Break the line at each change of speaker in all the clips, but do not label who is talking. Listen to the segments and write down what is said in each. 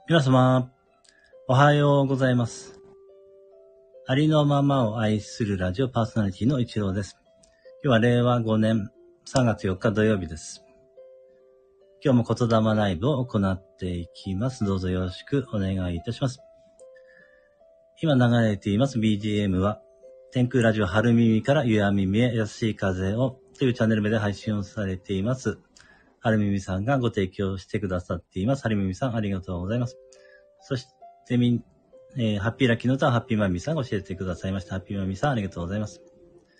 皆様、おはようございます。ありのままを愛するラジオパーソナリティの一郎です。今日は令和5年3月4日土曜日です。今日も言霊ライブを行っていきます。どうぞよろしくお願いいたします。今流れています BGM は、天空ラジオ春耳から夕闇耳へ優しい風をというチャンネル名で配信をされています。春耳さんがご提供してくださっています。春耳さんありがとうございます。そして、ハッピーラッキーの歌はハッピーマミさんが教えてくださいました。ハッピーマミさんありがとうございます。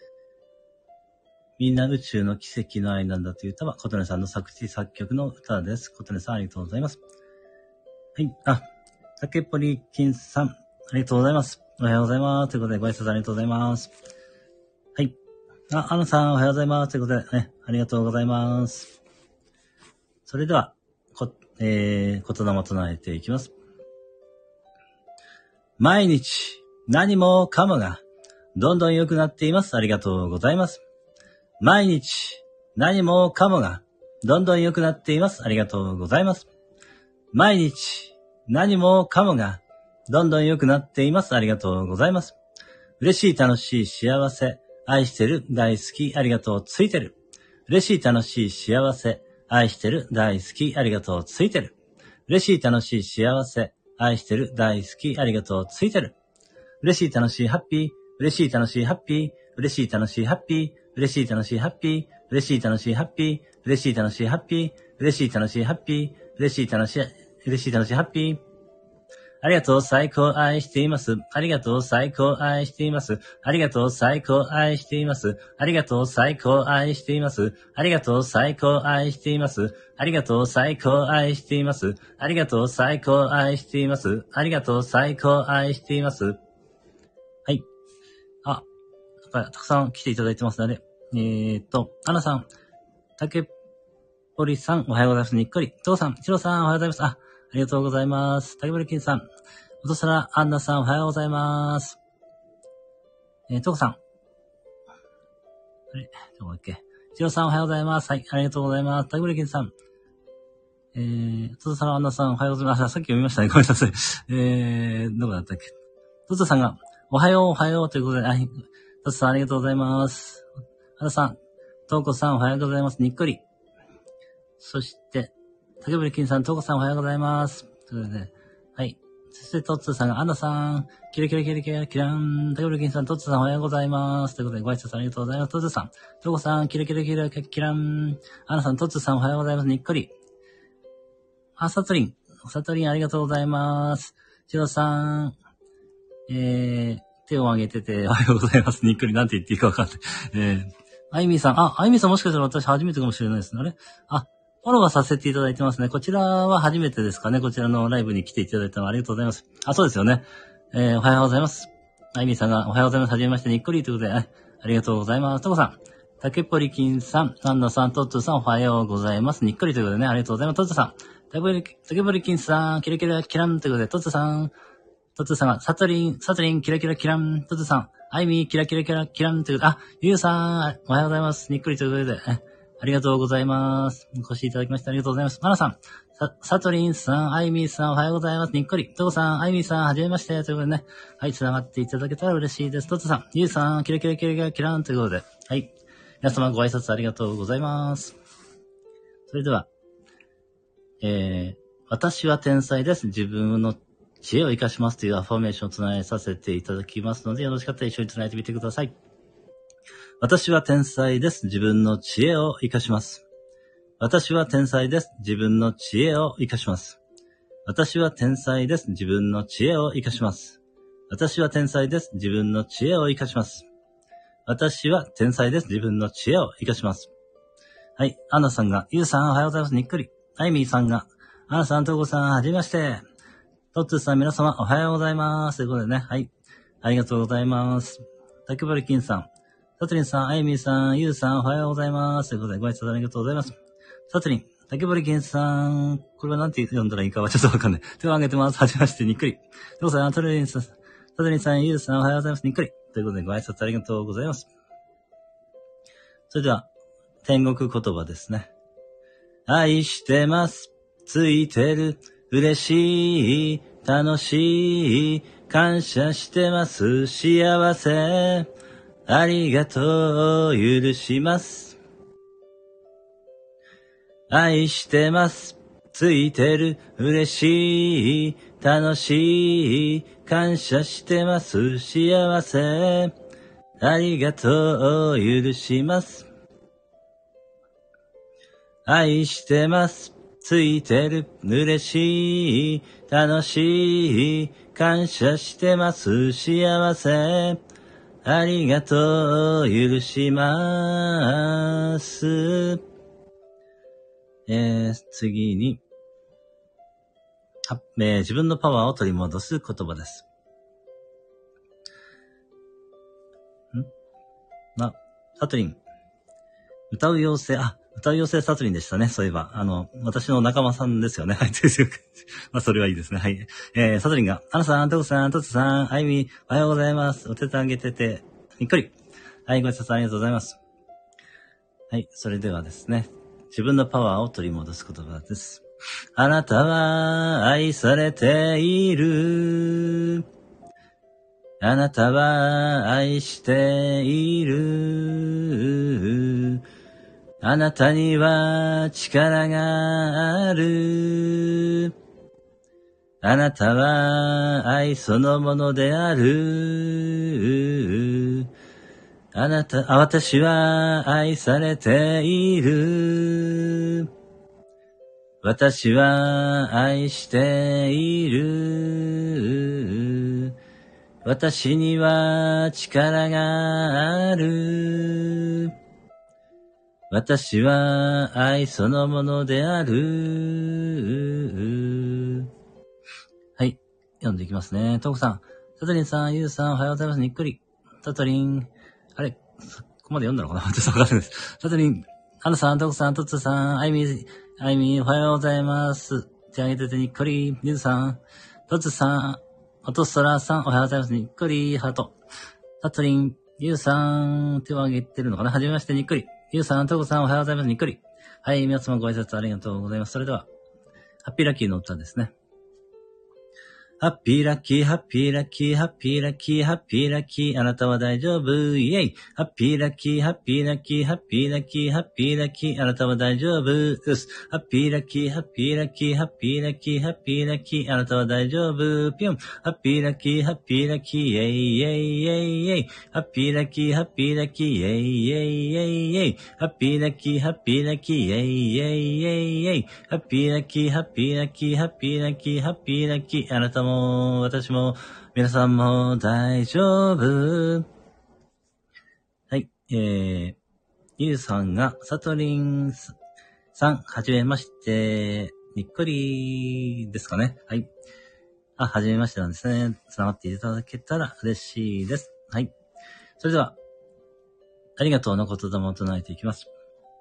みんな宇宙の奇跡の愛なんだという歌は、琴音さんの作詞作曲の歌です。琴音さんありがとうございます。はい。竹ポリキンさん、ありがとうございます。おはようございます。ということで、ご挨拶ありがとうございます。はい。アナさん、おはようございます。ということで、ね、ありがとうございます。それでは、言霊を唱えていきます。毎日、何もかもが、どんどん良くなっています。ありがとうございます。毎日、何もかもが、どんどん良くなっています。ありがとうございます。毎日、何もかもが、どんどん良くなっています。ありがとうございます。嬉しい、楽しい、幸せ、愛してる、大好き、ありがとう、ついてる。嬉しい、楽しい、幸せ、愛してる、大好き、ありがとう、ついてる。嬉しい、楽しい、幸せ、愛してる、大好き、ありがとう、ついてる。嬉しい、楽しい、ハッピー、嬉しい、楽しい、ハッピー、嬉しい、楽しい、ハッピー、嬉しい、楽しい、ハッピー、嬉しい、楽しい、ハッピー、嬉しい、楽しい、ハッピー、嬉しい、楽しい、ハッピー、嬉しい、楽しい、嬉しい、楽しい、ハッピー。ありがとう、最高、愛しています。ありがとう、最高、愛しています。ありがとう、最高、愛しています。ありがとう、最高、愛しています。ありがとう、最高、愛しています。ありがとう、最高、愛しています。ありがとう、最高、愛しています。ありがとう、最高、愛しています。はい。たくさん来ていただいてますね。アナさん、竹ポリさん、おはようございます。にっこり。トウさん、チロさん、おはようございます。ありがとうございます。竹ポリキンさん、おとさら、アンナさん、おはようございます。トウさん。どこだっけ。チロさん、おはようございます。はい、ありがとうございます。竹ポリキンさん。トウさら、アンナさん、おはようございます。さっき読みましたね。ごめんなさい。どこだったっけ。トウさんが、おはよう、おはようということで、トウさん、ありがとうございます。アナさん、トウコさん、おはようございます。にっこり。そして、竹堀金さん、トウコさんおはようございます。ということで、はい。そして、トッツーさんが、アンナさん、キラキラキラキラキラン、竹堀金さん、トッツーさんおはようございます。ということで、ご挨拶ありがとうございます。トッツーさん、トウコさん、キラキラキラキラン、アンナさん、トッツーさんおはようございます。にっこり。サトリンありがとうございます。チロさん、手を挙げてて、おはようございます。にっこり、なんて言っていいかわかんない。アイミーさん、アイミーさんもしかしたら私初めてかもしれないですね。フォローはさせていただいてますね。こちらは初めてですかね。こちらのライブに来ていただいたのありがとうございます。そうですよね。おはようございます。アイミーさんがおはようございます。はじめまして、にっこりということで、ありがとうございます。トコさん、竹ポリキンさん、アンナさん、トッツーさん、おはようございます。にっこりということでね、ありがとうございます。トッツーさん、竹ポリキンさん、キラキラキランということで、トッツーさんが、サトリン、キラキラキラン、トッツーさん、アイミー、キラキラキラキランということで、ゆうさん、おはようございます。にっこりということで、ありがとうございます。お越しいただきましてありがとうございます。マナさん、サトリンさん、アイミーさん、おはようございます。にっこり。トコさん、アイミーさん、はじめまして。ということでね。はい、繋がっていただけたら嬉しいです。トツさん、ユウさん、キラキラキラキラキランということで。はい。皆様ご挨拶ありがとうございます。それでは、私は天才です。自分の知恵を活かしますというアファメーションを唱えさせていただきますので、よろしかったら一緒に唱えてみてください。私は天才です。自分の知恵を活かします。私は天才です。自分の知恵を活かします。私は天才です。自分の知恵を活かします。私は天才です。自分の知恵を活かします。私は天才です。自分の知恵を活かします。はい。アンナさんが、ユウさんおはようございます。にっくり。アイミーさんが、アンナさん、トウコさん、はじめまして。トッツーさん、皆様、おはようございます。ということでね。はい。ありがとうございます。竹堀金さん、サトリンさん、アイミーさん、ユウさん、おはようございます。ということで、ご挨拶ありがとうございます。サトリン、竹堀金さん、これはなんて読んだらいいかはちょっとわかんない。手を挙げてます。はじめまして、にっくり。トウさん、サトリンさん、ユウさん、おはようございます。にっくり。ということで、ご挨拶ありがとうございます。それでは、天国言葉ですね。愛してます。ついてる。 嬉しい、楽しい、感謝してます、幸せ、ありがとう、許します。愛してます、ついてる、嬉しい、楽しい、感謝してます、幸せ、ありがとう、許します。愛してます、ついてる、嬉しい、楽しい、感謝してます、幸せ、ありがとう、許します。次に、自分のパワーを取り戻す言葉です。サトリン。歌う妖精サトリンでしたね、そういえば。私の仲間さんですよね。はい、まあ、それはいいですね。はい。サトリンが、アナさん、トクさん、トツさん、アイミ、おはようございます。お手伝いあげてて、にっこり。はい、ご挨拶ありがとうございます。はい、それではですね、自分のパワーを取り戻す言葉です。あなたは愛されている。あなたは愛している。あなたには力がある。あなたは愛そのものである。私は愛されている。私は愛している。私には力がある。私は愛そのものである。はい。読んでいきますね。トークさん、サトリンさん、ユウさん、おはようございます。にっくり。サトリン、あれ、ここまで読んだのかなちょっとわかんないです。サトリン、アナさん、トークさん、トッツさん、アイミ、おはようございます。手挙げててにっこり。ユウさん、トッツさん、おとそらさん、おはようございます。にっこり、ハート。サトリン、ユウさん、手を挙げてるのかなはじめまして、にっこり。ユウさん、トークさん、おはようございます。にっこり。はい、皆様ご挨拶ありがとうございます。それでは、ハッピーラッキーの歌ですね。ハッピーラッキー、ハッピーラッキー、ハッピーラッキー、ハッピーラッキー、あなたは大丈夫、イェイ。ハッピーラッキー、ハッピーラッキー、ハッピーラッキー、ハッピーラッキー、あなたは大丈夫、うす。ハッピーラッキー、ハッピーラッキー、ハッピーラッキー、ハッピーラッキー、あなたは大丈夫、ピョン。ハッピーラッキー、ハッピーラッキー、イェイ、イェイ、イェイ、イェイ。ハッピーラッキー、ハッピーラッキー、イェイ、イェイ、イェイ、イェイ。ハッピーラッキー、ハッピーラッキー、イェイ、イェイ、イェイ、イェイ。ハッピーラッキー、ハッピーラッキー、ハッピーラッキー、ハッピーラッキー、あなたも、私も、皆さんも大丈夫。はい。ゆうさんが、サトリンさん、はじめまして。にっこりですかね。はい。はじめましてなんですね。つながっていただけたら嬉しいです。はい。それでは、ありがとうの言霊を唱えていきます。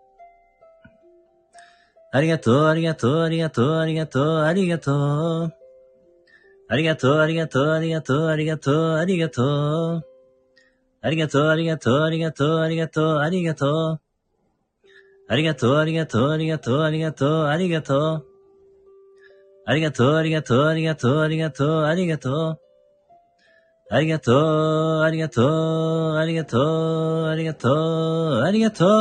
ありがとう、ありがとう、ありがとう、ありがとう、ありがとう。ありがとう、ありがとう、ありがとう、ありがとう、ありがとう。ありがとう、ありがとう、ありがとう、ありがとう、ありがとう。ありがとう、ありがとう、ありがとう、ありがとう、ありがとう。ありがとう、ありがとう、ありがとう、ありがとう、ありがとう。ありがとう、ありがとう、ありがとう、ありがとう、ありがとう。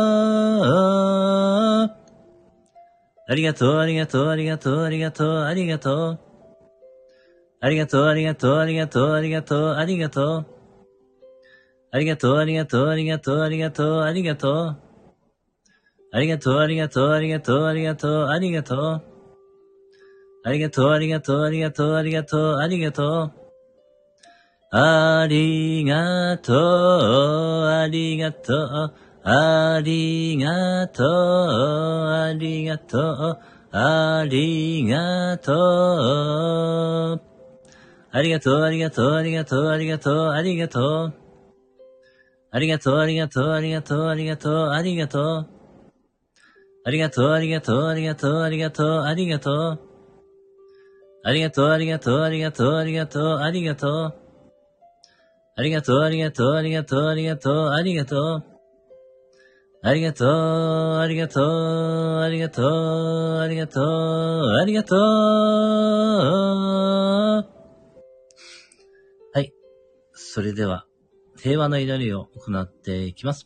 ありがとう、ありがとう、ありがとう、ありがとう、ありがとう。ありがとう、ありがとう、ありがとう、ありがとう、ありがとう。ありがとう、ありがとう、ありがとう、ありがとう、ありがとう。ありがとう、ありがとう、ありがとう、ありがとう、ありがとう。ありがとう、ありがとう、ありがとう、ありがとう、ありがとう。ありがとう、ありがとう、ありがとう、ありがとう、ありがとう。ありがとう、ありがとう、ありがとう、ありがとう、ありがとう。ありがとう、ありがとう、ありがとう、ありがとう、ありがとう。ありがとう、ありがとう、ありがとう、ありがとう、ありがとう。ありがとう、ありがとう、ありがとう、ありがとう、ありがとう。ありがとう、ありがとう、ありがとう、ありがとう、ありがとう。 ありがとう、ありがとう、ありがとう、ありがとう、ありがとう。はい。それでは、平和の祈りを行っていきます。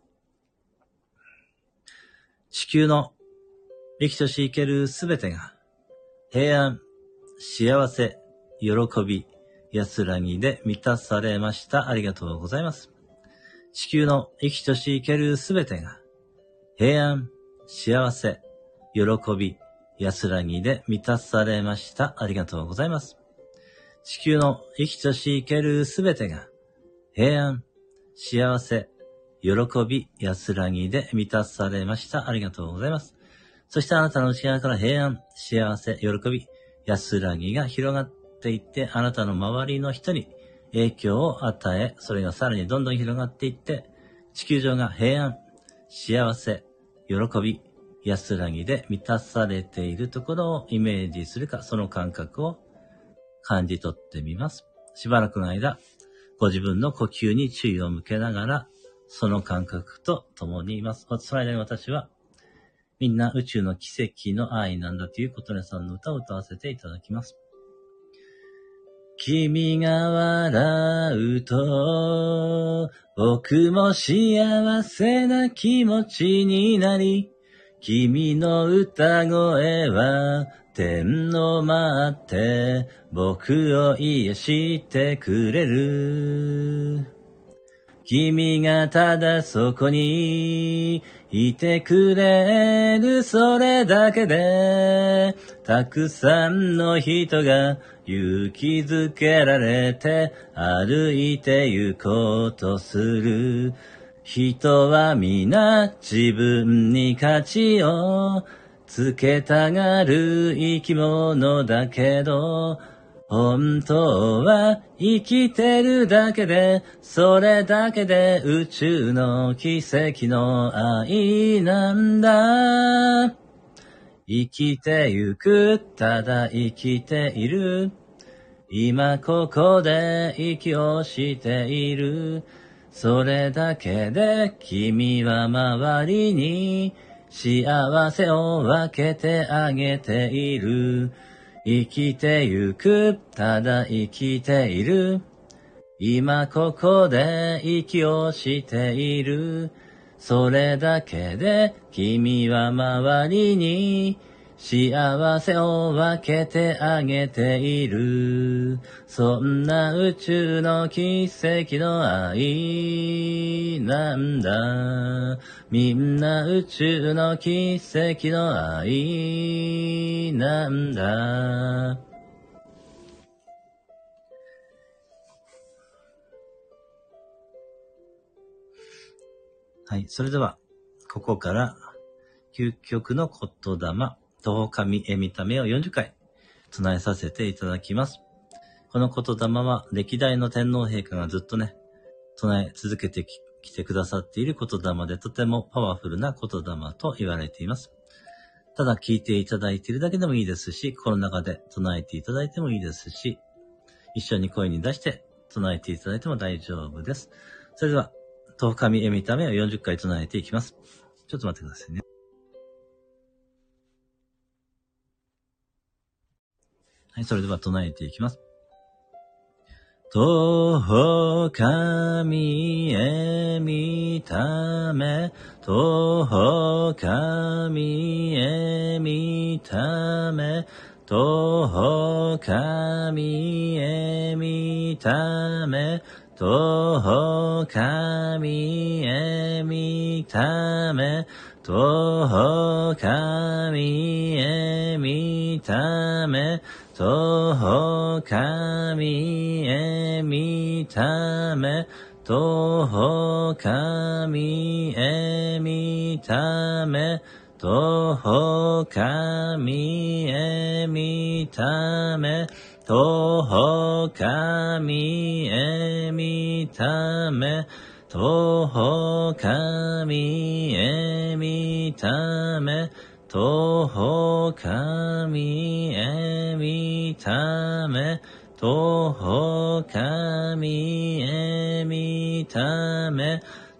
地球の生きとし生けるすべてが、平安、幸せ、喜び、安らぎで満たされました。ありがとうございます。地球の生きとし生けるすべてが、平安、幸せ、喜び、安らぎで満たされました。ありがとうございます。地球の生きとし生けるすべてが、平安、幸せ、喜び、安らぎで満たされました。ありがとうございます。そしてあなたの内側から平安、幸せ、喜び、安らぎが広がっていって、あなたの周りの人に影響を与え、それがさらにどんどん広がっていって、地球上が平安、幸せ、喜び、安らぎで満たされているところをイメージするか、その感覚を感じ取ってみます。しばらくの間、ご自分の呼吸に注意を向けながら、その感覚と共にいます。その間に私は、みんな宇宙の奇跡の愛なんだということねさんの歌を歌わせていただきます。君が笑うと、僕も幸せな気持ちになり、君の歌声は天の舞って僕を癒してくれる。君がただそこにいてくれる、それだけでたくさんの人が勇気づけられて歩いて行こうとする。人は皆自分に価値をつけたがる生き物だけど、本当は生きてるだけで、それだけで宇宙の奇跡の愛なんだ。生きてゆく、ただ生きている。今ここで息をしている。それだけで君は周りに幸せを分けてあげている。生きてゆく、ただ生きている。今ここで息をしている。それだけで君は周りに幸せを分けてあげている。そんな宇宙の奇跡の愛なんだ。みんな宇宙の奇跡の愛なんだ。はい。それでは、ここから、究極の言霊、徒歩神へ見た目を40回、唱えさせていただきます。この言霊は、歴代の天皇陛下がずっとね、唱え続けてきてくださっている言霊で、とてもパワフルな言霊と言われています。ただ聞いていただいているだけでもいいですし、心の中で唱えていただいてもいいですし、一緒に声に出して唱えていただいても大丈夫です。それでは、徒歩神へ見た目を40回唱えていきます。ちょっと待ってくださいね。はい、それでは唱えていきます。徒歩神へ見た目、徒歩神へ見た目、徒歩神へ見た目、徒歩神へ見た目、徒歩神へ見た目、徒歩神へ見た目、徒歩神へ見た目、徒歩神へ見た目、徒歩神へ見た目、徒歩神へ見た目、徒歩神へ見た目、徒歩神へ見た目、